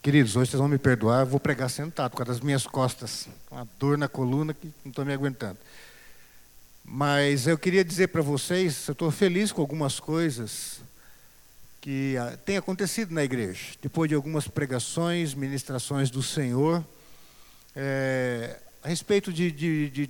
Queridos, hoje vocês vão me perdoar, eu vou pregar sentado, por causa das minhas costas. Uma dor na coluna que não estou me aguentando. Mas eu queria dizer para vocês, eu estou feliz com algumas coisas que têm acontecido na igreja. Depois de algumas pregações, ministrações do Senhor, a respeito de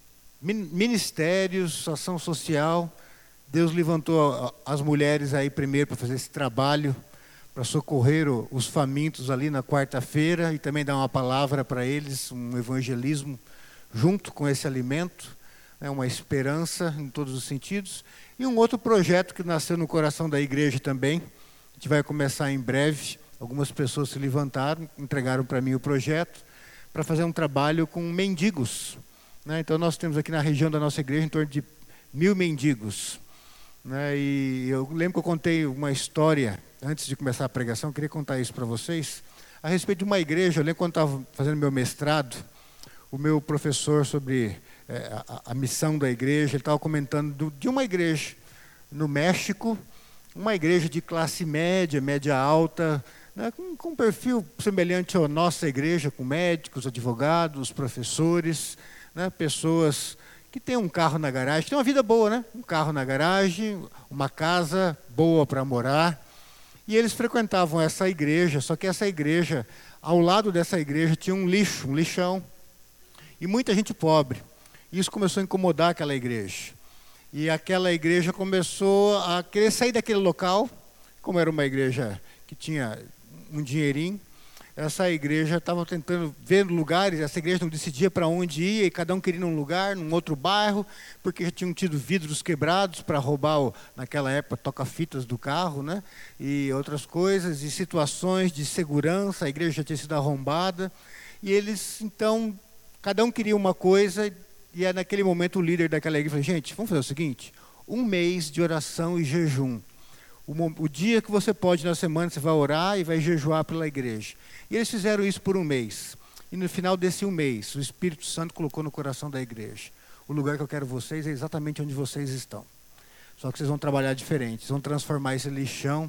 ministérios, ação social, Deus levantou as mulheres aí primeiro para fazer esse trabalho, para socorrer os famintos ali na quarta-feira e também dar uma palavra para eles, um evangelismo junto com esse alimento, uma esperança em todos os sentidos. E um outro projeto que nasceu no coração da igreja também, a gente vai começar em breve. Algumas pessoas se levantaram, entregaram para mim o projeto, para fazer um trabalho com mendigos. Então nós temos aqui na região da nossa igreja em torno de 1.000 mendigos. E eu lembro que eu contei uma história, antes de começar a pregação, eu queria contar isso para vocês, a respeito de uma igreja. Eu lembro quando estava fazendo meu mestrado, o meu professor sobre a missão da igreja, ele estava comentando de uma igreja no México, uma igreja de classe média, média alta, com um perfil semelhante à nossa igreja, com médicos, advogados, professores, pessoas que têm um carro na garagem, tem uma vida boa, um carro na garagem, uma casa boa para morar. E eles frequentavam essa igreja, só que essa igreja, ao lado dessa igreja tinha um lixo, um lixão, e muita gente pobre. E isso começou a incomodar aquela igreja. E aquela igreja começou a querer sair daquele local, como era uma igreja que tinha um dinheirinho. Essa igreja estava tentando ver lugares, essa igreja não decidia para onde ia, e cada um queria ir num lugar, num outro bairro, porque já tinham tido vidros quebrados para roubar, naquela época, toca-fitas do carro, e outras coisas, e situações de segurança, a igreja já tinha sido arrombada, e eles, então, cada um queria uma coisa, e naquele momento o líder daquela igreja falou: gente, vamos fazer o seguinte, 1 mês de oração e jejum. O dia que você pode na semana, você vai orar e vai jejuar pela igreja. E eles fizeram isso por 1 mês. E no final desse 1 mês, o Espírito Santo colocou no coração da igreja: o lugar que eu quero vocês é exatamente onde vocês estão. Só que vocês vão trabalhar diferente. Vocês vão transformar esse lixão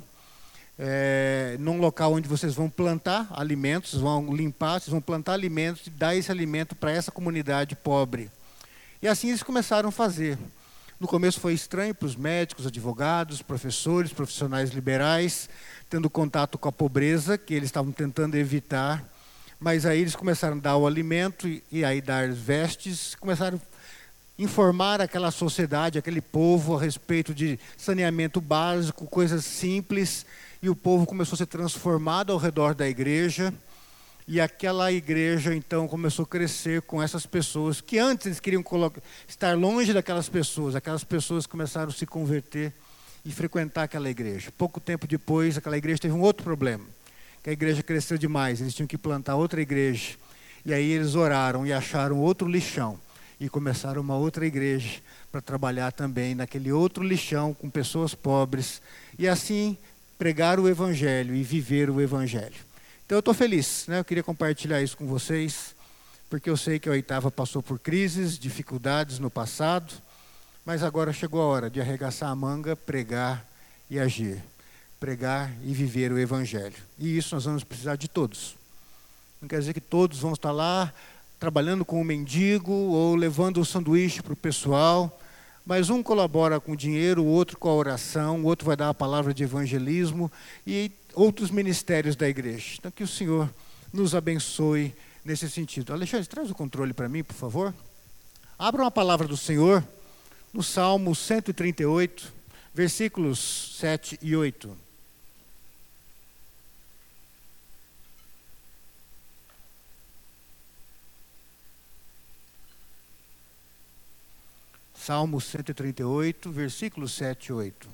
num local onde vocês vão plantar alimentos, vocês vão limpar, vocês vão plantar alimentos e dar esse alimento para essa comunidade pobre. E assim eles começaram a fazer. No começo foi estranho para os médicos, advogados, professores, profissionais liberais, tendo contato com a pobreza, que eles estavam tentando evitar. Mas aí eles começaram a dar o alimento e aí dar vestes, começaram a informar aquela sociedade, aquele povo a respeito de saneamento básico, coisas simples. E o povo começou a ser transformado ao redor da igreja. E aquela igreja, então, começou a crescer com essas pessoas, que antes eles queriam estar longe daquelas pessoas começaram a se converter e frequentar aquela igreja. Pouco tempo depois, aquela igreja teve um outro problema, que a igreja cresceu demais, eles tinham que plantar outra igreja. E aí eles oraram e acharam outro lixão, e começaram uma outra igreja para trabalhar também naquele outro lixão, com pessoas pobres, e assim pregar o evangelho e viver o evangelho. Então eu estou feliz, eu queria compartilhar isso com vocês, porque eu sei que a Oitava passou por crises, dificuldades no passado, mas agora chegou a hora de arregaçar a manga, pregar e agir, pregar e viver o Evangelho. E isso nós vamos precisar de todos. Não quer dizer que todos vão estar lá trabalhando com o mendigo ou levando o sanduíche para o pessoal, mas um colabora com o dinheiro, o outro com a oração, o outro vai dar a palavra de evangelismo e outros ministérios da igreja. Então que o Senhor nos abençoe nesse sentido. Alexandre, traz o controle para mim, por favor. Abra uma palavra do Senhor no Salmo 138, versículos 7 e 8. Salmo 138, versículos 7 e 8.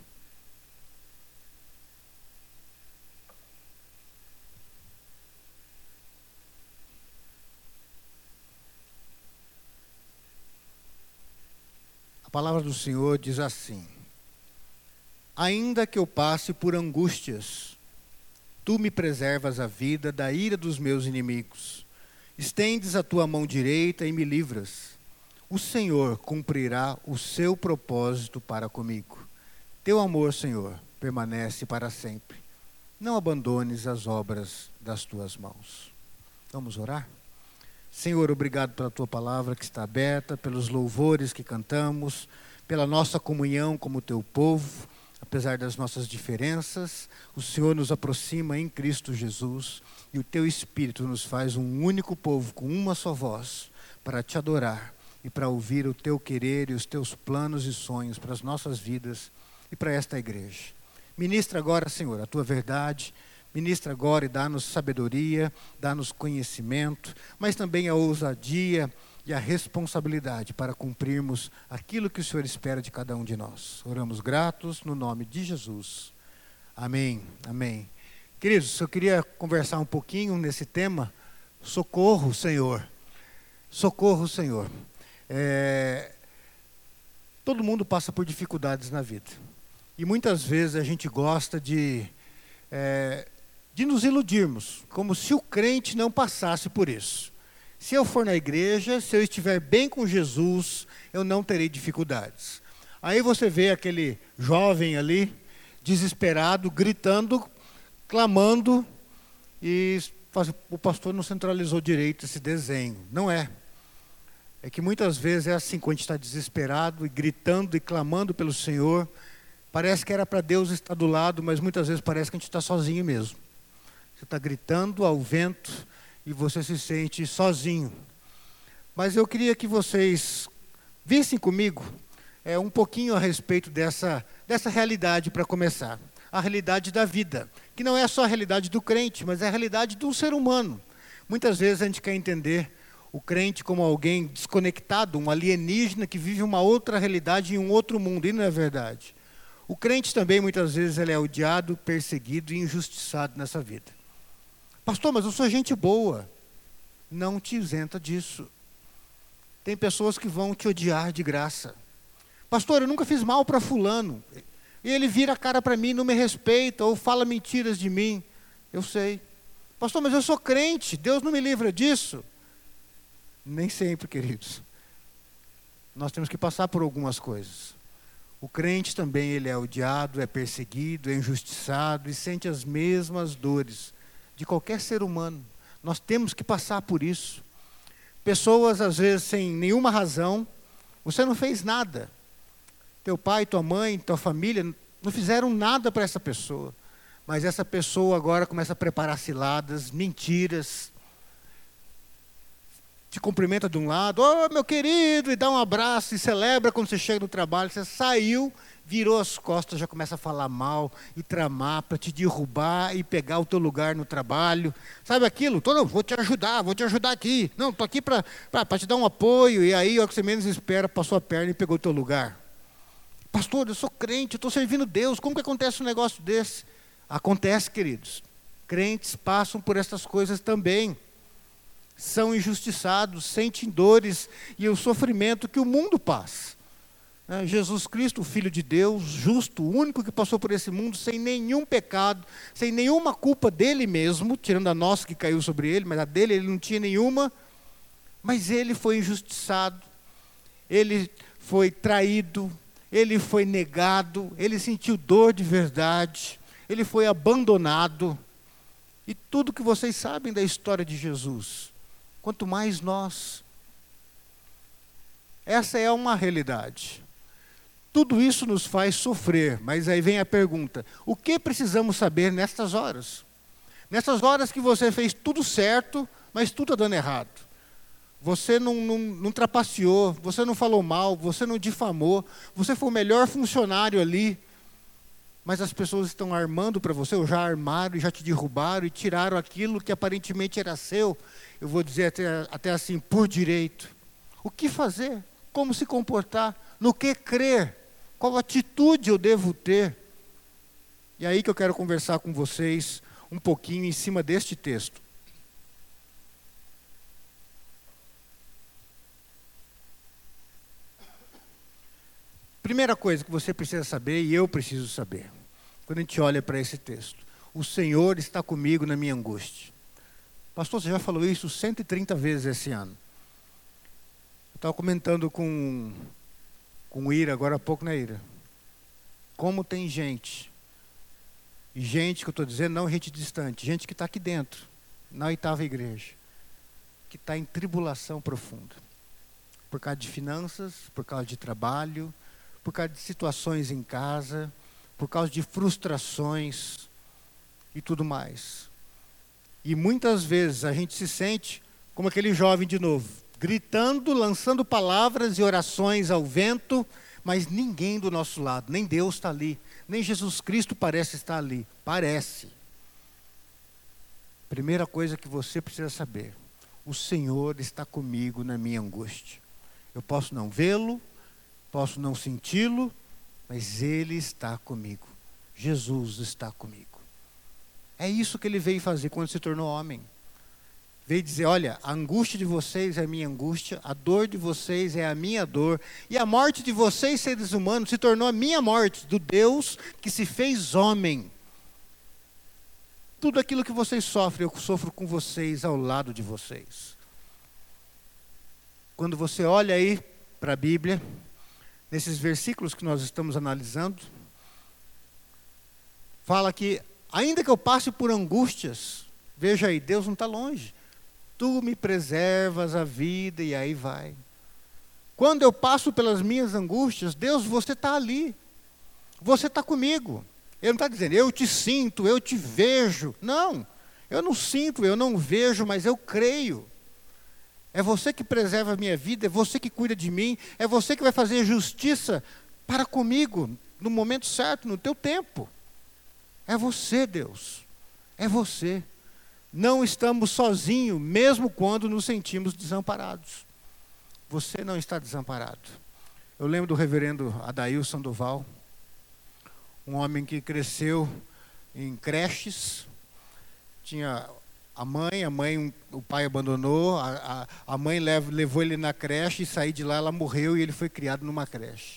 A palavra do Senhor diz assim: ainda que eu passe por angústias, tu me preservas a vida da ira dos meus inimigos. Estendes a tua mão direita e me livras. O Senhor cumprirá o seu propósito para comigo. Teu amor, Senhor, permanece para sempre. não abandones as obras das tuas mãos. Vamos orar? Senhor, obrigado pela tua palavra que está aberta, pelos louvores que cantamos, pela nossa comunhão como teu povo. Apesar das nossas diferenças, o Senhor nos aproxima em Cristo Jesus e o teu Espírito nos faz um único povo com uma só voz para te adorar e para ouvir o teu querer e os teus planos e sonhos para as nossas vidas e para esta igreja. Ministra agora, Senhor, a tua verdade, ministra agora e dá-nos sabedoria, dá-nos conhecimento, mas também a ousadia e a responsabilidade para cumprirmos aquilo que o Senhor espera de cada um de nós. Oramos gratos no nome de Jesus. Amém. Amém. Queridos, eu queria conversar um pouquinho nesse tema, socorro, Senhor. Socorro, Senhor. Todo mundo passa por dificuldades na vida. E muitas vezes a gente gosta de nos iludirmos, como se o crente não passasse por isso. Se eu for na igreja, se eu estiver bem com Jesus, eu não terei dificuldades. Aí você vê aquele jovem ali, desesperado, gritando, clamando, e o pastor não centralizou direito esse desenho. Não é. É que muitas vezes é assim, quando a gente está desesperado, e gritando e clamando pelo Senhor, parece que era para Deus estar do lado, mas muitas vezes parece que a gente está sozinho mesmo. Você está gritando ao vento, e você se sente sozinho. Mas eu queria que vocês vissem comigo um pouquinho a respeito dessa realidade para começar. A realidade da vida, que não é só a realidade do crente, mas é a realidade do ser humano. Muitas vezes a gente quer entender o crente como alguém desconectado, um alienígena que vive uma outra realidade em um outro mundo, e não é verdade. O crente também, muitas vezes, ele é odiado, perseguido e injustiçado nessa vida. Pastor, mas eu sou gente boa. Não te isenta disso. Tem pessoas que vão te odiar de graça. Pastor, eu nunca fiz mal para fulano. E ele vira a cara para mim, não me respeita, ou fala mentiras de mim. Eu sei. Pastor, mas eu sou crente, Deus não me livra disso. Nem sempre, queridos. Nós temos que passar por algumas coisas. O crente também, ele é odiado, é perseguido, é injustiçado e sente as mesmas dores de qualquer ser humano. Nós temos que passar por isso. Pessoas, às vezes, sem nenhuma razão, você não fez nada. Teu pai, tua mãe, tua família não fizeram nada para essa pessoa. Mas essa pessoa agora começa a preparar ciladas, mentiras. Te cumprimenta de um lado, meu querido, e dá um abraço, e celebra quando você chega no trabalho. Você saiu, virou as costas, já começa a falar mal e tramar para te derrubar e pegar o teu lugar no trabalho. Sabe aquilo? Não, vou te ajudar aqui. Não, estou aqui para te dar um apoio. E aí, o que você menos espera, passou a perna e pegou o teu lugar. Pastor, eu sou crente, eu estou servindo Deus. Como que acontece um negócio desse? Acontece, queridos. Crentes passam por essas coisas também. São injustiçados, sentem dores e o sofrimento que o mundo passa. Jesus Cristo, o Filho de Deus, justo, o único que passou por esse mundo sem nenhum pecado, sem nenhuma culpa dele mesmo, tirando a nossa que caiu sobre ele, mas a dele ele não tinha nenhuma, mas ele foi injustiçado, ele foi traído, ele foi negado, ele sentiu dor de verdade, ele foi abandonado, e tudo que vocês sabem da história de Jesus, quanto mais nós. Essa é uma realidade. Tudo isso nos faz sofrer, mas aí vem a pergunta: o que precisamos saber nestas horas? Nessas horas que você fez tudo certo, mas tudo está dando errado. Você não trapaceou, você não falou mal, você não difamou, você foi o melhor funcionário ali, mas as pessoas estão armando para você, ou já armaram, e já te derrubaram, e tiraram aquilo que aparentemente era seu. Eu vou dizer até assim, por direito. O que fazer? Como se comportar? No que crer? Qual atitude eu devo ter? E é aí que eu quero conversar com vocês um pouquinho em cima deste texto. Primeira coisa que você precisa saber, e eu preciso saber, quando a gente olha para esse texto: o Senhor está comigo na minha angústia. Pastor, você já falou isso 130 vezes esse ano. Eu estava comentando com o Ira, agora há pouco, né, Ira? Como tem gente E gente que eu estou dizendo, não gente distante, gente que está aqui dentro, na 8ª igreja, que está em tribulação profunda. Por causa de finanças, por causa de trabalho, por causa de situações em casa, por causa de frustrações e tudo mais. E muitas vezes a gente se sente como aquele jovem de novo, gritando, lançando palavras e orações ao vento, mas ninguém do nosso lado, nem Deus está ali, nem Jesus Cristo parece estar ali. Parece. Primeira coisa que você precisa saber: o Senhor está comigo na minha angústia. Eu posso não vê-lo, posso não senti-lo, mas Ele está comigo. Jesus está comigo. É isso que Ele veio fazer quando se tornou homem. Veio dizer, olha, a angústia de vocês é a minha angústia, a dor de vocês é a minha dor, e a morte de vocês, seres humanos, se tornou a minha morte, do Deus que se fez homem. Tudo aquilo que vocês sofrem, eu sofro com vocês, ao lado de vocês. Quando você olha aí para a Bíblia, nesses versículos que nós estamos analisando, fala que, ainda que eu passe por angústias, veja aí, Deus não está longe. Tu me preservas a vida, e aí vai. Quando eu passo pelas minhas angústias, Deus, você está ali. Você está comigo. Ele não está dizendo, eu te sinto, eu te vejo. Não, eu não sinto, eu não vejo, mas eu creio. É você que preserva a minha vida, é você que cuida de mim, é você que vai fazer justiça para comigo, no momento certo, no teu tempo. É você, Deus. É você. Não estamos sozinhos, mesmo quando nos sentimos desamparados. Você não está desamparado. Eu lembro do reverendo Adailson Duval, um homem que cresceu em creches, tinha o pai abandonou, a mãe levou ele na creche, e saiu de lá, ela morreu e ele foi criado numa creche.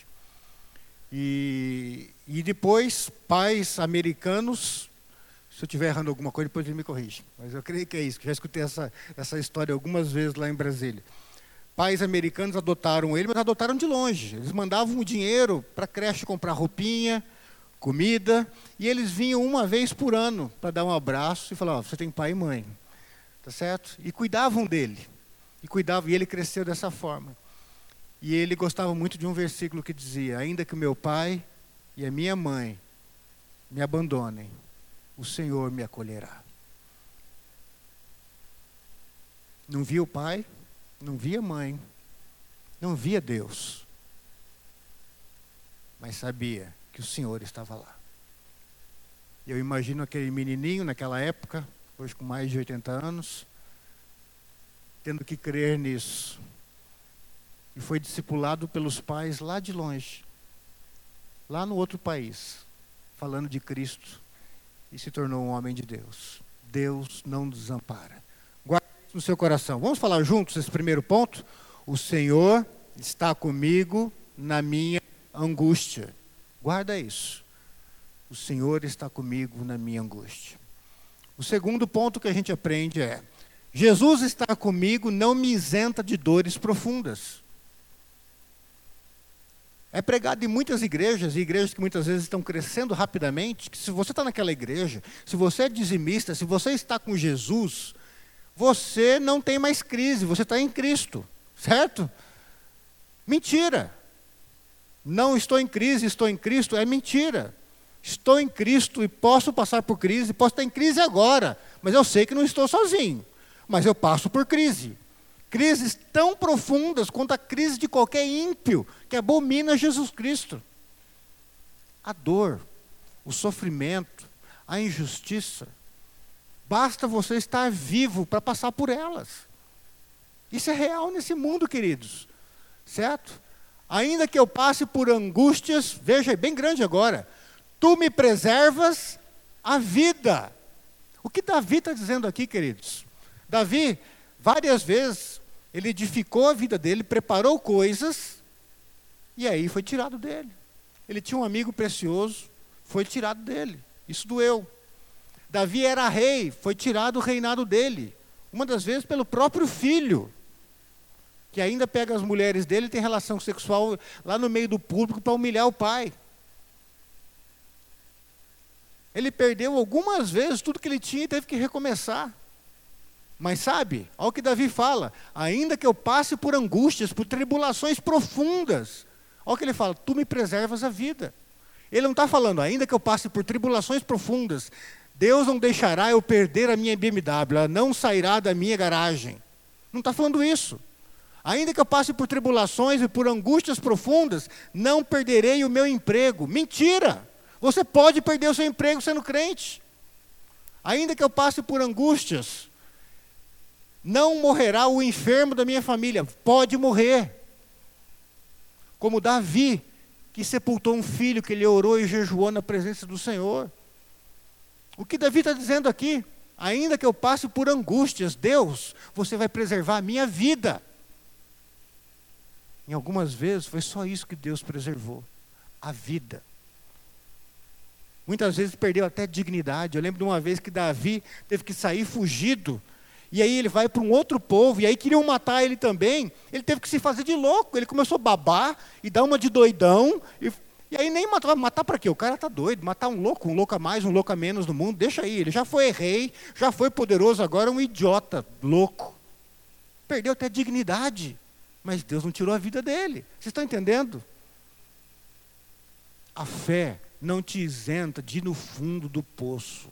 E depois, pais americanos, se eu estiver errando alguma coisa, depois ele me corrige, mas eu creio que é isso, que já escutei essa história algumas vezes lá em Brasília. Pais americanos adotaram ele, mas adotaram de longe. Eles mandavam o dinheiro para a creche comprar roupinha, comida, e eles vinham uma vez por ano para dar um abraço e falar, você tem pai e mãe, tá certo? E cuidavam dele, e ele cresceu dessa forma. E ele gostava muito de um versículo que dizia, ainda que o meu pai e a minha mãe me abandonem, o Senhor me acolherá. Não via o pai, não via a mãe, não via Deus, mas sabia que o Senhor estava lá. Eu imagino aquele menininho naquela época, hoje com mais de 80 anos, tendo que crer nisso. E foi discipulado pelos pais lá de longe, lá no outro país, falando de Cristo, e se tornou um homem de Deus. Deus não desampara. Guarde isso no seu coração. Vamos falar juntos esse primeiro ponto? O Senhor está comigo na minha angústia. Guarda isso. O Senhor está comigo na minha angústia. O segundo ponto que a gente aprende é, Jesus está comigo, não me isenta de dores profundas. É pregado em muitas igrejas, e igrejas que muitas vezes estão crescendo rapidamente, que se você está naquela igreja, se você é dizimista, se você está com Jesus, você não tem mais crise, você está em Cristo, certo? Mentira. Não estou em crise, estou em Cristo, é mentira. Estou em Cristo e posso passar por crise, posso estar em crise agora, mas eu sei que não estou sozinho, mas eu passo por crise. Crises tão profundas quanto a crise de qualquer ímpio que abomina Jesus Cristo. A dor, o sofrimento, a injustiça, basta você estar vivo para passar por elas. Isso é real nesse mundo, queridos, certo? Ainda que eu passe por angústias, veja, é bem grande agora, tu me preservas a vida. O que Davi está dizendo aqui, queridos? Davi, várias vezes, ele edificou a vida dele, preparou coisas, e aí foi tirado dele. Ele tinha um amigo precioso, foi tirado dele. Isso doeu. Davi era rei, foi tirado o reinado dele. Uma das vezes pelo próprio filho, que ainda pega as mulheres dele e tem relação sexual lá no meio do público para humilhar o pai. Ele perdeu algumas vezes tudo que ele tinha e teve que recomeçar. Mas sabe, olha o que Davi fala: ainda que eu passe por angústias, por tribulações profundas. Olha o que ele fala: tu me preservas a vida. Ele não está falando, ainda que eu passe por tribulações profundas, Deus não deixará eu perder a minha BMW, ela não sairá da minha garagem. Não está falando isso. Ainda que eu passe por tribulações e por angústias profundas, não perderei o meu emprego. Mentira! Você pode perder o seu emprego sendo crente. Ainda que eu passe por angústias, não morrerá o enfermo da minha família. Pode morrer. Como Davi, que sepultou um filho, que ele orou e jejuou na presença do Senhor. O que Davi está dizendo aqui? Ainda que eu passe por angústias, Deus, você vai preservar a minha vida. Em algumas vezes foi só isso que Deus preservou, a vida. Muitas vezes perdeu até dignidade. Eu lembro de uma vez que Davi teve que sair fugido, e aí ele vai para um outro povo, e aí queriam matar ele também. Ele teve que se fazer de louco, ele começou a babar e dar uma de doidão, e aí nem matar para quê? O cara está doido, matar um louco a mais, um louco a menos no mundo, deixa aí, ele já foi rei, já foi poderoso, agora é um idiota, louco. Perdeu até dignidade, mas Deus não tirou a vida dele. Vocês estão entendendo? A fé não te isenta de ir no fundo do poço.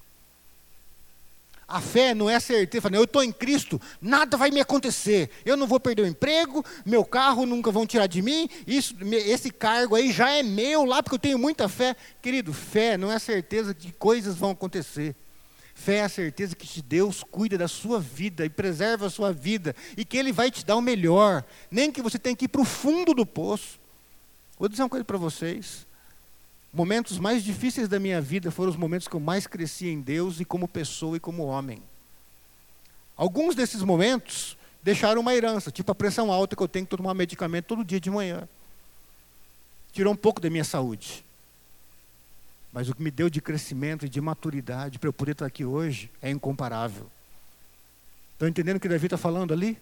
A fé não é certeza, eu estou em Cristo, nada vai me acontecer, eu não vou perder o emprego, meu carro nunca vão tirar de mim, esse cargo aí já é meu lá, porque eu tenho muita fé. Querido, fé não é a certeza de que coisas vão acontecer. Fé é a certeza que Deus cuida da sua vida e preserva a sua vida, e que Ele vai te dar o melhor, nem que você tenha que ir para o fundo do poço. Vou dizer uma coisa para vocês: momentos mais difíceis da minha vida foram os momentos que eu mais cresci em Deus e como pessoa e como homem. Alguns desses momentos deixaram uma herança, tipo a pressão alta que eu tenho que tomar medicamento todo dia de manhã. Tirou um pouco da minha saúde. Mas o que me deu de crescimento e de maturidade para eu poder estar aqui hoje é incomparável. Estão entendendo o que Davi está falando ali?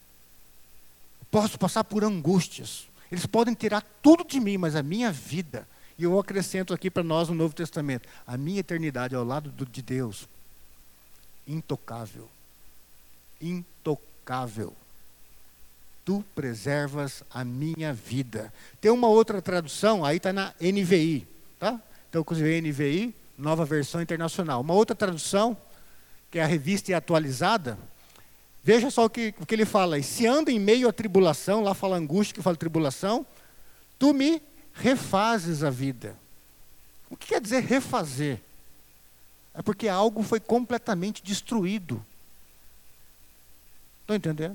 Posso passar por angústias. Eles podem tirar tudo de mim, mas a minha vida... E eu acrescento aqui para nós no Novo Testamento: a minha eternidade ao lado de Deus, intocável. Intocável. Tu preservas a minha vida. Tem uma outra tradução, aí está na NVI, tá? Então, inclusive, NVI, Nova Versão Internacional. Uma outra tradução, que é a Revista e Atualizada, veja só o que ele fala: e se anda em meio à tribulação, lá fala angústia, que fala tribulação, tu me refazes a vida. O que quer dizer refazer? É porque algo foi completamente destruído. Estão entendendo?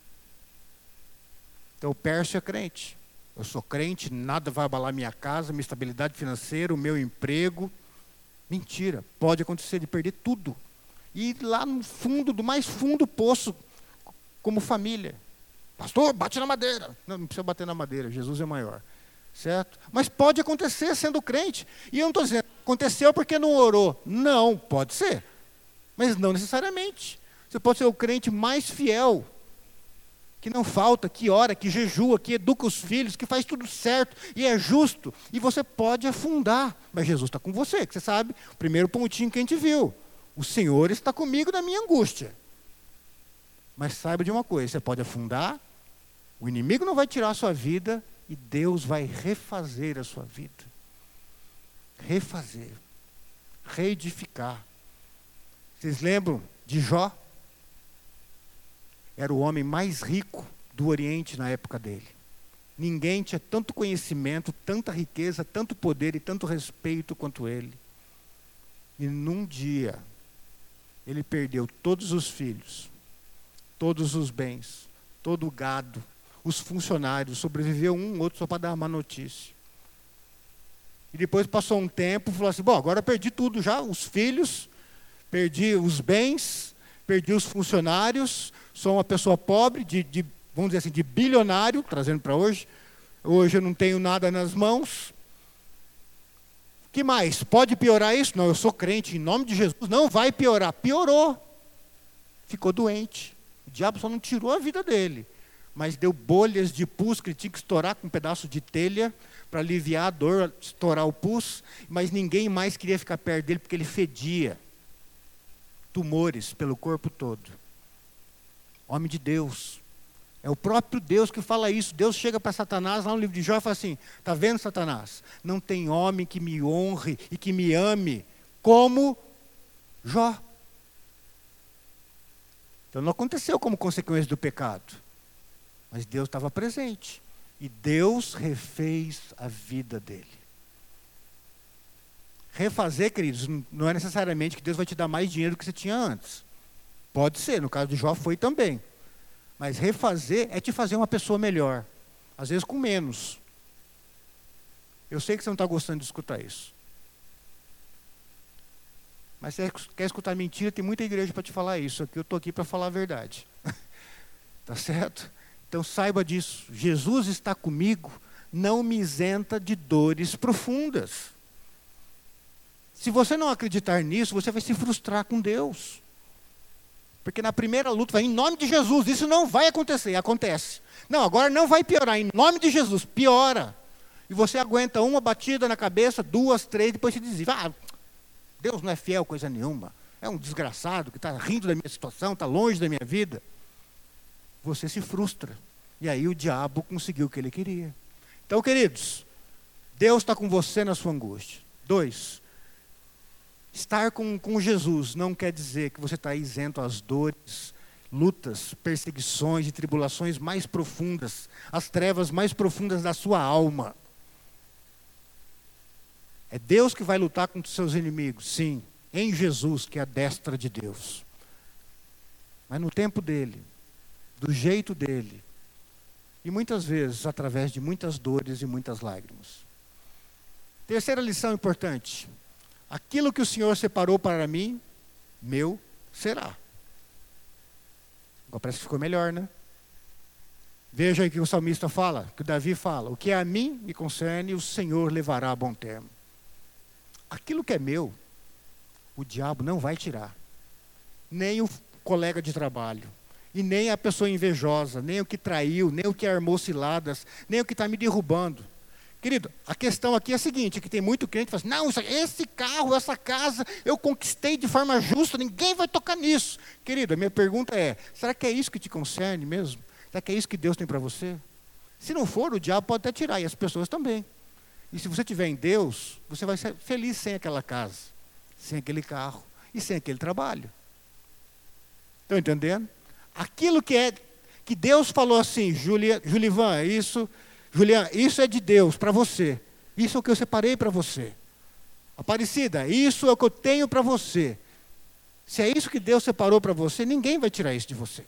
Então o Pércio é crente. Eu sou crente, nada vai abalar minha casa, minha estabilidade financeira, o meu emprego. Mentira, pode acontecer de perder tudo. E lá no fundo, do mais fundo do poço, como família. Pastor, bate na madeira. Não precisa bater na madeira, Jesus é maior. Certo? Mas pode acontecer sendo crente. E eu não estou dizendo, aconteceu porque não orou. Não, pode ser. Mas não necessariamente. Você pode ser o crente mais fiel, que não falta, que ora, que jejua, que educa os filhos, que faz tudo certo e é justo. E você pode afundar. Mas Jesus está com você, que você sabe, o primeiro pontinho que a gente viu. O Senhor está comigo na minha angústia. Mas saiba de uma coisa, você pode afundar, o inimigo não vai tirar a sua vida, e Deus vai refazer a sua vida. Refazer. Reedificar. Vocês lembram de Jó? Era o homem mais rico do Oriente na época dele. Ninguém tinha tanto conhecimento, tanta riqueza, tanto poder e tanto respeito quanto ele. E num dia, ele perdeu todos os filhos, todos os bens, todo o gado, os funcionários, sobreviveu um, outro só para dar uma notícia. E depois passou um tempo, falou assim, bom, agora eu perdi tudo já, os filhos, perdi os bens, perdi os funcionários, sou uma pessoa pobre, vamos dizer assim, de bilionário, trazendo para hoje eu não tenho nada nas mãos. O que mais? Pode piorar isso? Não, eu sou crente, em nome de Jesus, não vai piorar. Piorou. Ficou doente. O diabo só não tirou a vida dele, mas deu bolhas de pus que ele tinha que estourar com um pedaço de telha para aliviar a dor, estourar o pus, mas ninguém mais queria ficar perto dele porque ele fedia. Tumores pelo corpo todo. Homem de Deus. É o próprio Deus que fala isso. Deus chega para Satanás, lá no livro de Jó, e fala assim: está vendo, Satanás? Não tem homem que me honre e que me ame como Jó. Então não aconteceu como consequência do pecado. Mas Deus estava presente. E Deus refez a vida dele. Refazer, queridos, não é necessariamente que Deus vai te dar mais dinheiro do que você tinha antes. Pode ser, no caso de Jó foi também. Mas refazer é te fazer uma pessoa melhor. Às vezes com menos. Eu sei que você não está gostando de escutar isso. Mas se você quer escutar mentira, tem muita igreja para te falar isso. Aqui eu estou aqui para falar a verdade. Tá certo? Então saiba disso. Jesus está comigo, não me isenta de dores profundas. Se você não acreditar nisso, você vai se frustrar com Deus. Porque na primeira luta vai, em nome de Jesus, isso não vai acontecer. Acontece. Não, agora não vai piorar, em nome de Jesus, piora. E você aguenta uma batida na cabeça, 2, 3, depois se desvia. Deus não é fiel coisa nenhuma. É um desgraçado que está rindo da minha situação, está longe da minha vida. Você se frustra. E aí o diabo conseguiu o que ele queria. Então, queridos, Deus está com você na sua angústia. 2, estar com Jesus não quer dizer que você está isento às dores, lutas, perseguições e tribulações mais profundas, as trevas mais profundas da sua alma. É Deus que vai lutar contra os seus inimigos, sim, em Jesus, que é a destra de Deus. Mas no tempo dele, do jeito dele, e muitas vezes através de muitas dores e muitas lágrimas. Terceira lição importante: aquilo que o Senhor separou para mim, meu será. Agora parece que ficou melhor, né? Veja aí que o salmista fala, que o Davi fala: o que a mim me concerne, o Senhor levará a bom termo. Aquilo que é meu, o diabo não vai tirar. Nem o colega de trabalho, e nem a pessoa invejosa, nem o que traiu, nem o que armou ciladas, nem o que está me derrubando. Querido, a questão aqui é a seguinte, que tem muito crente que fala assim: não, esse carro, essa casa, eu conquistei de forma justa, ninguém vai tocar nisso. Querido, a minha pergunta é: será que é isso que te concerne mesmo? Será que é isso que Deus tem para você? Se não for, o diabo pode até tirar, e as pessoas também. E se você estiver em Deus, você vai ser feliz sem aquela casa, sem aquele carro e sem aquele trabalho. Estão entendendo? Aquilo que Deus falou assim: Julivan, Juliana, isso é de Deus para você. Isso é o que eu separei para você. Aparecida, isso é o que eu tenho para você. Se é isso que Deus separou para você, ninguém vai tirar isso de você.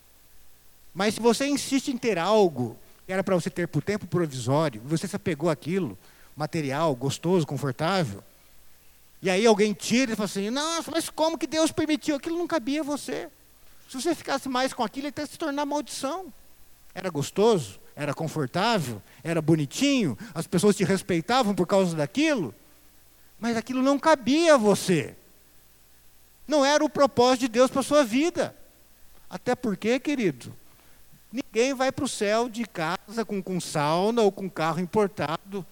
Mas se você insiste em ter algo que era para você ter por tempo provisório, você se apegou àquilo, material, gostoso, confortável, e aí alguém tira e fala assim: nossa, mas como que Deus permitiu? Aquilo não cabia a você. Se você ficasse mais com aquilo, ele até se tornar maldição. Era gostoso, era confortável, era bonitinho, as pessoas te respeitavam por causa daquilo, mas aquilo não cabia a você. Não era o propósito de Deus para a sua vida. Até porque, querido, ninguém vai para o céu de casa com sauna ou com carro importado.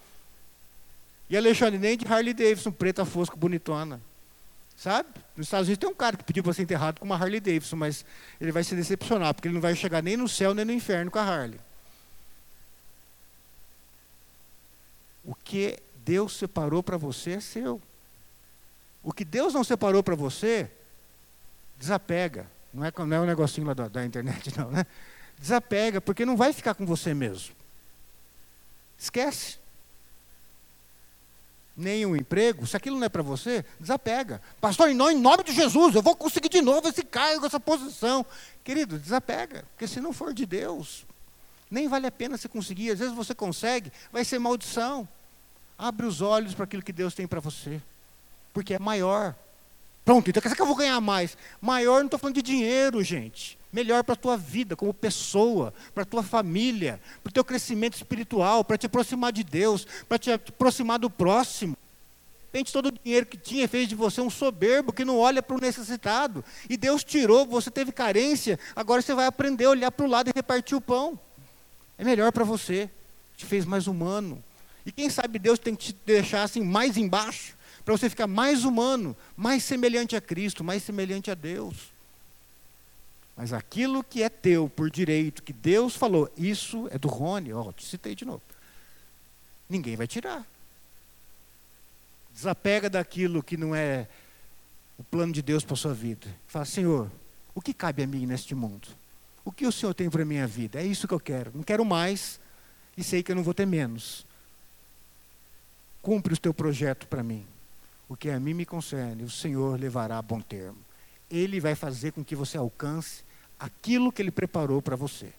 E Alexandre, nem de Harley Davidson, preta fosca, bonitona. Sabe? Nos Estados Unidos tem um cara que pediu para ser enterrado com uma Harley Davidson, mas ele vai se decepcionar, porque ele não vai chegar nem no céu nem no inferno com a Harley. O que Deus separou para você é seu. O que Deus não separou para você, desapega. Não é um negocinho lá da internet, não, né? Desapega, porque não vai ficar com você mesmo. Esquece. Nem um emprego, se aquilo não é para você, desapega. Pastor, em nome de Jesus, eu vou conseguir de novo esse cargo, essa posição. Querido, desapega, porque se não for de Deus, nem vale a pena você conseguir. Às vezes você consegue, vai ser maldição. Abre os olhos para aquilo que Deus tem para você, porque é maior. Pronto, então quer dizer que eu vou ganhar mais. Maior, não estou falando de dinheiro, gente. Melhor para a tua vida como pessoa, para a tua família, para o teu crescimento espiritual, para te aproximar de Deus, para te aproximar do próximo. De repente todo o dinheiro que tinha fez de você um soberbo que não olha para o necessitado. E Deus tirou, você teve carência, agora você vai aprender a olhar para o lado e repartir o pão. É melhor para você, te fez mais humano. E quem sabe Deus tem que te deixar assim mais embaixo, para você ficar mais humano, mais semelhante a Cristo, mais semelhante a Deus. Mas aquilo que é teu por direito, que Deus falou, isso é do Rony, te citei de novo. Ninguém vai tirar. Desapega daquilo que não é o plano de Deus para a sua vida. Fala, Senhor, o que cabe a mim neste mundo? O que o Senhor tem para a minha vida? É isso que eu quero. Não quero mais e sei que eu não vou ter menos. Cumpre o teu projeto para mim. O que a mim me concerne, o Senhor levará a bom termo. Ele vai fazer com que você alcance aquilo que Ele preparou para você.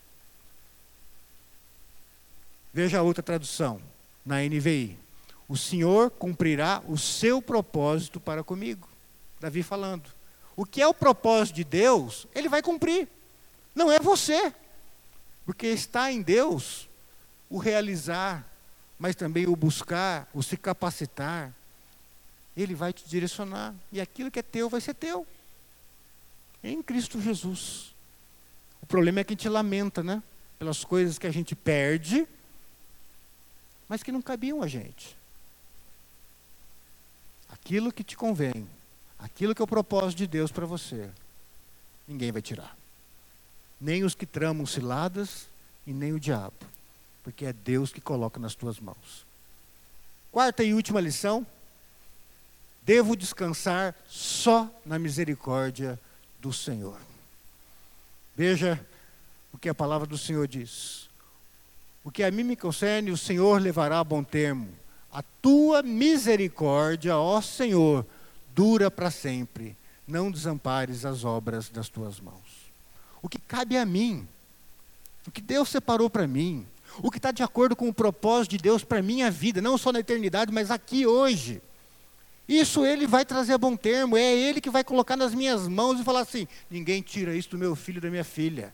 Veja a outra tradução, na NVI. O Senhor cumprirá o seu propósito para comigo. Davi falando. O que é o propósito de Deus, Ele vai cumprir. Não é você. Porque está em Deus o realizar, mas também o buscar, o se capacitar. Ele vai te direcionar. E aquilo que é teu vai ser teu. Em Cristo Jesus. O problema é que a gente lamenta, né? Pelas coisas que a gente perde, mas que não cabiam a gente. Aquilo que te convém, aquilo que é o propósito de Deus para você, ninguém vai tirar. Nem os que tramam ciladas e nem o diabo. Porque é Deus que coloca nas tuas mãos. Quarta e última lição. Devo descansar só na misericórdia do Senhor. Veja o que a palavra do Senhor diz. O que a mim me concerne, o Senhor levará a bom termo. A tua misericórdia, ó Senhor, dura para sempre. Não desampares as obras das tuas mãos. O que cabe a mim, o que Deus separou para mim, o que está de acordo com o propósito de Deus para a minha vida, não só na eternidade, mas aqui hoje. Isso Ele vai trazer a bom termo, é Ele que vai colocar nas minhas mãos e falar assim, ninguém tira isso do meu filho e da minha filha.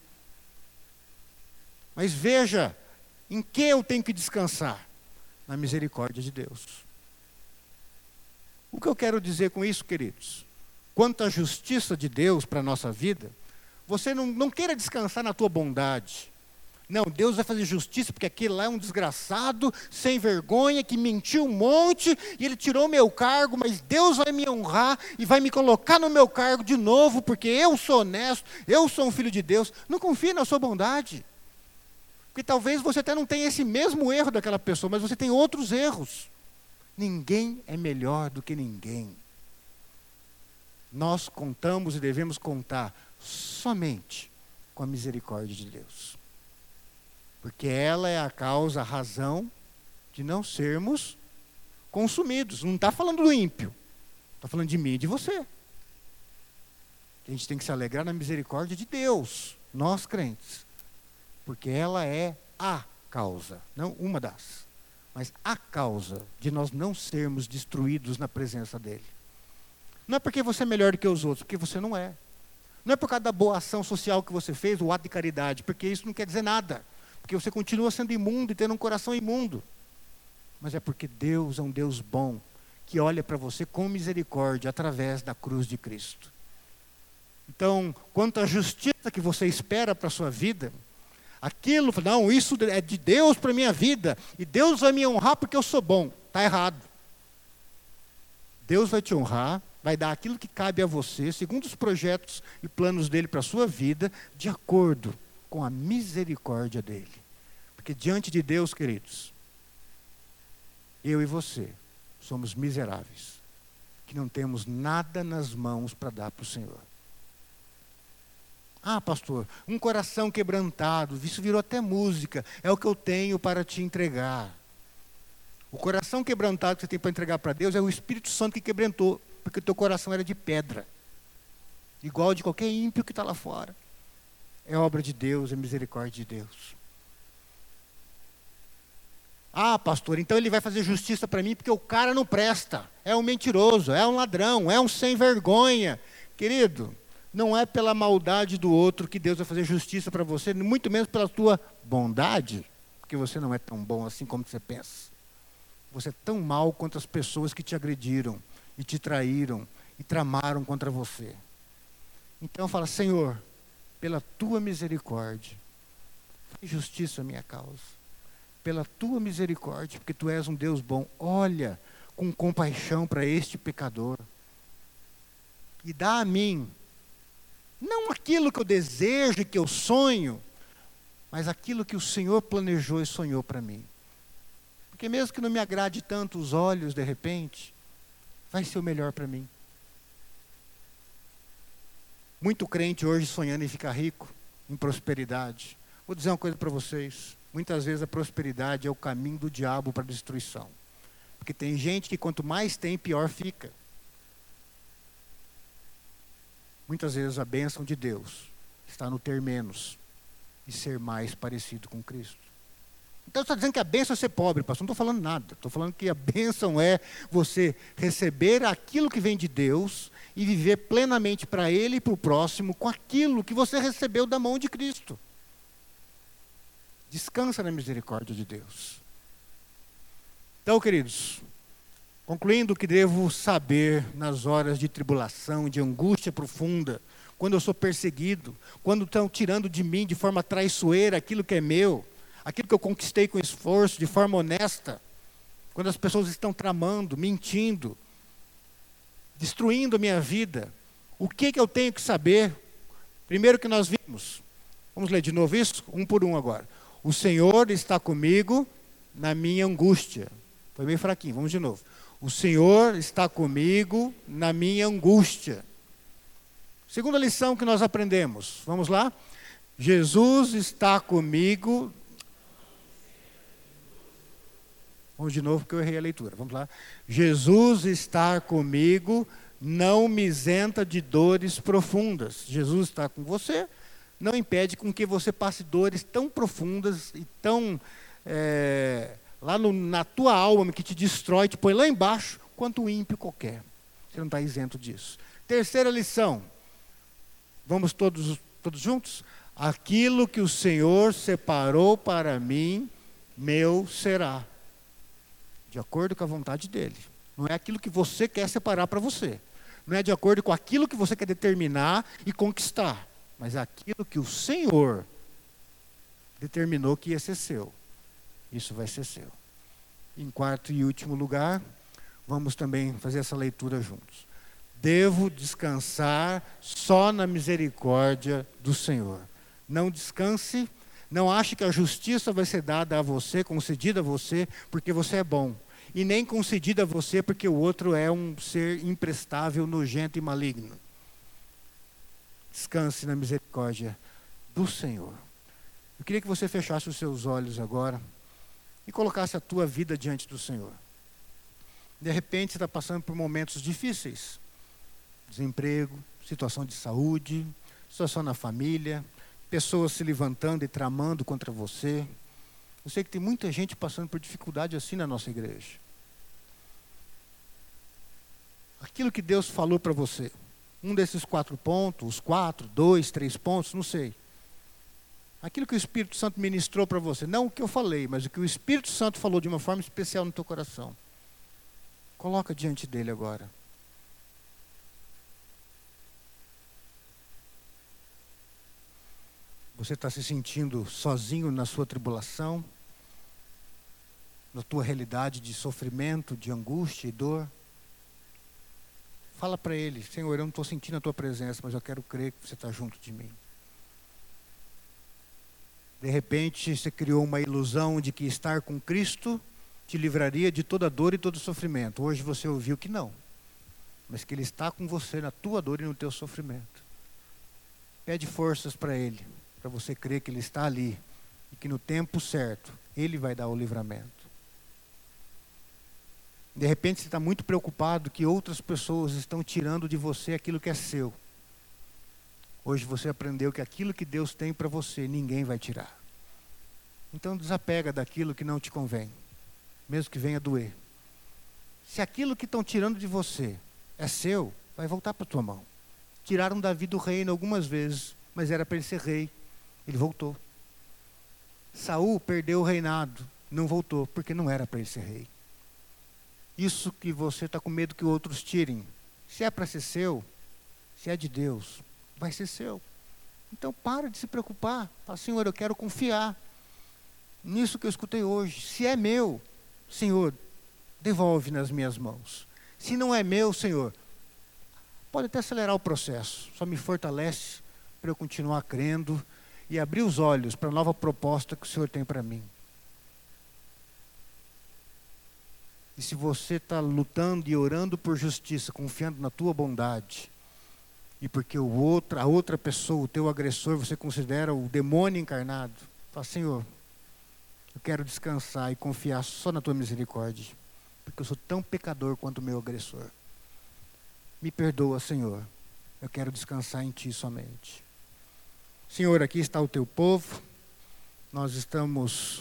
Mas veja, em que eu tenho que descansar? Na misericórdia de Deus. O que eu quero dizer com isso, queridos? Quanto à justiça de Deus para a nossa vida, você não queira descansar na tua bondade. Não, Deus vai fazer justiça porque aquele lá é um desgraçado, sem vergonha, que mentiu um monte, e ele tirou meu cargo, mas Deus vai me honrar e vai me colocar no meu cargo de novo, porque eu sou honesto, eu sou um filho de Deus. Não confie na sua bondade. Porque talvez você até não tenha esse mesmo erro daquela pessoa, mas você tem outros erros. Ninguém é melhor do que ninguém. Nós contamos e devemos contar somente com a misericórdia de Deus. Porque ela é a causa, a razão de não sermos consumidos. Não está falando do ímpio. Está falando de mim e de você. A gente tem que se alegrar na misericórdia de Deus, nós crentes. Porque ela é a causa, não uma das, mas a causa de nós não sermos destruídos na presença dEle. Não é porque você é melhor do que os outros, porque você não é. Não é por causa da boa ação social que você fez, o ato de caridade, porque isso não quer dizer nada. Porque você continua sendo imundo e tendo um coração imundo. Mas é porque Deus é um Deus bom, que olha para você com misericórdia através da cruz de Cristo. Então, quanto à justiça que você espera para a sua vida, aquilo, não, isso é de Deus para a minha vida, e Deus vai me honrar porque eu sou bom. Está errado. Deus vai te honrar, vai dar aquilo que cabe a você, segundo os projetos e planos dEle para a sua vida, de acordo com a misericórdia dEle. Porque diante de Deus, queridos, eu e você somos miseráveis, que não temos nada nas mãos para dar para o Senhor. Ah, pastor, um coração quebrantado, isso virou até música, é o que eu tenho para te entregar. O coração quebrantado que você tem para entregar para Deus é o Espírito Santo que quebrantou, porque o teu coração era de pedra, igual de qualquer ímpio que está lá fora. É obra de Deus, é misericórdia de Deus. Ah, pastor, então Ele vai fazer justiça para mim porque o cara não presta, é um mentiroso, é um ladrão, é um sem vergonha. Querido, não é pela maldade do outro que Deus vai fazer justiça para você, muito menos pela tua bondade, porque você não é tão bom assim como você pensa. Você é tão mal quanto as pessoas que te agrediram e te traíram e tramaram contra você. Então fala, Senhor, pela tua misericórdia, faz justiça à minha causa. pela tua misericórdia, porque tu és um Deus bom. Olha com compaixão para este pecador. E dá a mim, não aquilo que eu desejo e que eu sonho, mas aquilo que o Senhor planejou e sonhou para mim. Porque mesmo que não me agrade tanto os olhos, de repente, vai ser o melhor para mim. Muito crente hoje sonhando em ficar rico, em prosperidade. Vou dizer uma coisa para vocês. Muitas vezes a prosperidade é o caminho do diabo para a destruição. Porque tem gente que quanto mais tem, pior fica. Muitas vezes a bênção de Deus está no ter menos e ser mais parecido com Cristo. Então você está dizendo que a bênção é ser pobre, pastor. Não estou falando nada. Estou falando que a bênção é você receber aquilo que vem de Deus e viver plenamente para Ele e para o próximo com aquilo que você recebeu da mão de Cristo. Descansa na misericórdia de Deus. Então, queridos, concluindo o que devo saber nas horas de tribulação, de angústia profunda, quando eu sou perseguido, quando estão tirando de mim de forma traiçoeira aquilo que é meu, aquilo que eu conquistei com esforço, de forma honesta, quando as pessoas estão tramando, mentindo, destruindo a minha vida, o que eu tenho que saber? Primeiro que nós vimos, vamos ler de novo isso? Um por um agora. O Senhor está comigo na minha angústia. Foi meio fraquinho, vamos de novo. O Senhor está comigo na minha angústia. Segunda lição que nós aprendemos, vamos lá? Jesus está comigo. Vamos de novo porque eu errei a leitura, vamos lá. Jesus está comigo, não me isenta de dores profundas. Jesus está com você, não impede com que você passe dores tão profundas e tão... lá na tua alma, que te destrói, te põe lá embaixo, quanto um ímpio qualquer. Você não está isento disso. Terceira lição. Vamos todos juntos? Aquilo que o Senhor separou para mim, meu será. De acordo com a vontade dEle. Não é aquilo que você quer separar para você. Não é de acordo com aquilo que você quer determinar e conquistar. Mas é aquilo que o Senhor determinou que ia ser seu. Isso vai ser seu. Em quarto e último lugar, vamos também fazer essa leitura juntos. Devo descansar só na misericórdia do Senhor. Não descanse, não ache que a justiça vai ser dada a você, concedida a você, porque você é bom. E nem concedida a você porque o outro é um ser imprestável, nojento e maligno. Descanse na misericórdia do Senhor. Eu queria que você fechasse os seus olhos agora e colocasse a tua vida diante do Senhor. De repente você está passando por momentos difíceis. Desemprego, situação de saúde, situação na família, pessoas se levantando e tramando contra você. Eu sei que tem muita gente passando por dificuldade assim na nossa igreja. Aquilo que Deus falou para você, um desses 4 pontos, os 4, 2, 3 pontos, não sei. Aquilo que o Espírito Santo ministrou para você, não o que eu falei, mas o que o Espírito Santo falou de uma forma especial no teu coração. Coloca diante dele agora. Você está se sentindo sozinho na sua tribulação, na tua realidade de sofrimento, de angústia e dor? Fala para ele: Senhor, eu não estou sentindo a tua presença, mas eu quero crer que você está junto de mim. De repente, você criou uma ilusão de que estar com Cristo te livraria de toda dor e todo sofrimento. Hoje você ouviu que não, mas que Ele está com você na tua dor e no teu sofrimento. Pede forças para Ele, para você crer que Ele está ali e que no tempo certo Ele vai dar o livramento. De repente você está muito preocupado que outras pessoas estão tirando de você aquilo que é seu. Hoje você aprendeu que aquilo que Deus tem para você, ninguém vai tirar. Então desapega daquilo que não te convém, mesmo que venha doer. Se aquilo que estão tirando de você é seu, vai voltar para a tua mão. Tiraram Davi do reino algumas vezes, mas era para ele ser rei. Ele voltou. Saul perdeu o reinado, não voltou, porque não era para ele ser rei. Isso que você está com medo que outros tirem, se é para ser seu, se é de Deus, vai ser seu. Então para de se preocupar. Fala: Senhor, eu quero confiar. nisso que eu escutei hoje. Se é meu, Senhor, devolve nas minhas mãos. Se não é meu, Senhor, pode até acelerar o processo. Só me fortalece para eu continuar crendo e abrir os olhos para a nova proposta que o Senhor tem para mim. E se você está lutando e orando por justiça, confiando na tua bondade, e porque a outra pessoa, o teu agressor, você considera o demônio encarnado, fala, Senhor, eu quero descansar e confiar só na tua misericórdia, porque eu sou tão pecador quanto o meu agressor. Me perdoa, Senhor, eu quero descansar em ti somente. Senhor, aqui está o teu povo, nós estamos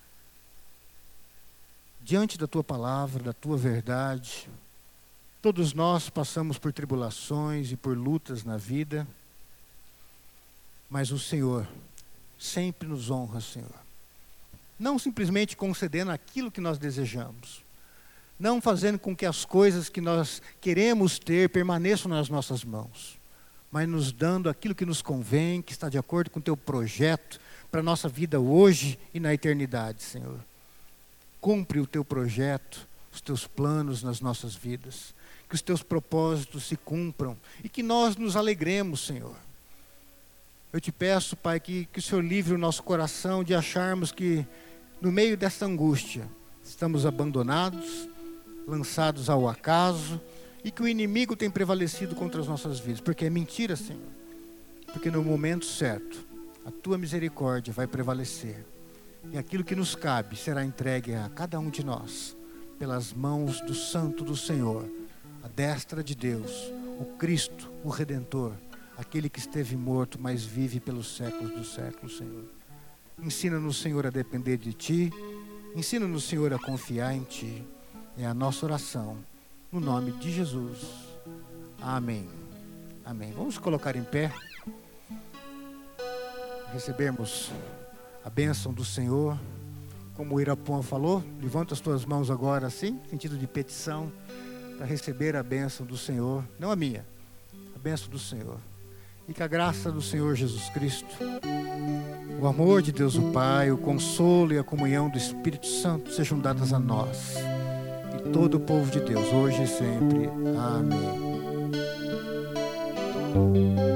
diante da tua palavra, da tua verdade. Todos nós passamos por tribulações e por lutas na vida, mas o Senhor sempre nos honra, Senhor. Não simplesmente concedendo aquilo que nós desejamos, não fazendo com que as coisas que nós queremos ter permaneçam nas nossas mãos, mas nos dando aquilo que nos convém, que está de acordo com o teu projeto para a nossa vida hoje e na eternidade, Senhor. Cumpre o teu projeto, os teus planos nas nossas vidas. Que os teus propósitos se cumpram e que nós nos alegremos, Senhor. Eu te peço, Pai, que o Senhor livre o nosso coração de acharmos que no meio dessa angústia estamos abandonados, lançados ao acaso e que o inimigo tem prevalecido contra as nossas vidas. Porque é mentira, Senhor. Porque no momento certo, a tua misericórdia vai prevalecer. E aquilo que nos cabe será entregue a cada um de nós, pelas mãos do Santo do Senhor, a destra de Deus, o Cristo, o Redentor, aquele que esteve morto, mas vive pelos séculos dos séculos, Senhor. Ensina-nos, Senhor, a depender de Ti, ensina-nos, Senhor, a confiar em Ti. É a nossa oração, no nome de Jesus. Amém. Amém. Vamos colocar em pé, recebermos a bênção do Senhor. Como o Irapuã falou, levanta as tuas mãos agora assim, sentido de petição, para receber a bênção do Senhor, não a minha, a bênção do Senhor. E que a graça do Senhor Jesus Cristo, o amor de Deus o Pai, o consolo e a comunhão do Espírito Santo sejam dadas a nós e todo o povo de Deus, hoje e sempre. Amém.